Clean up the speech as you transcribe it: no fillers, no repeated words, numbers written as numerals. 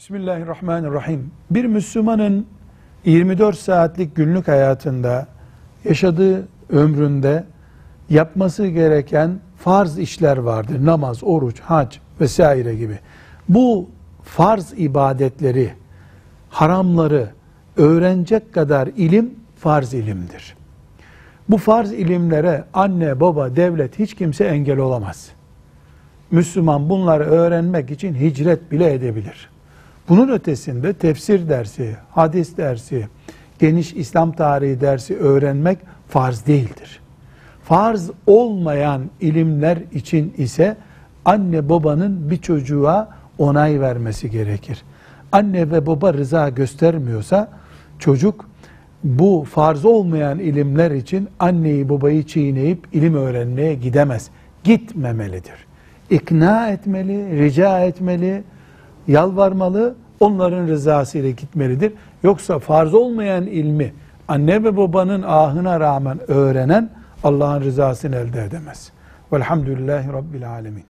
Bismillahirrahmanirrahim. Bir Müslümanın 24 saatlik günlük hayatında, yaşadığı ömründe yapması gereken farz işler vardır. Namaz, oruç, hac vesaire gibi. Bu farz ibadetleri, haramları öğrenecek kadar ilim farz ilimdir. Bu farz ilimlere anne, baba, devlet hiç kimse engel olamaz. Müslüman bunları öğrenmek için hicret bile edebilir. Bunun ötesinde tefsir dersi, hadis dersi, geniş İslam tarihi dersi öğrenmek farz değildir. Farz olmayan ilimler için ise anne babanın bir çocuğa onay vermesi gerekir. Anne ve baba rıza göstermiyorsa çocuk bu farz olmayan ilimler için anneyi babayı çiğneyip ilim öğrenmeye gidemez. Gitmemelidir. İkna etmeli, rica etmeli, yalvarmalı, onların rızasıyla gitmelidir. Yoksa farz olmayan ilmi anne ve babanın ahına rağmen öğrenen Allah'ın rızasını elde edemez. Velhamdülillahi Rabbil alemin.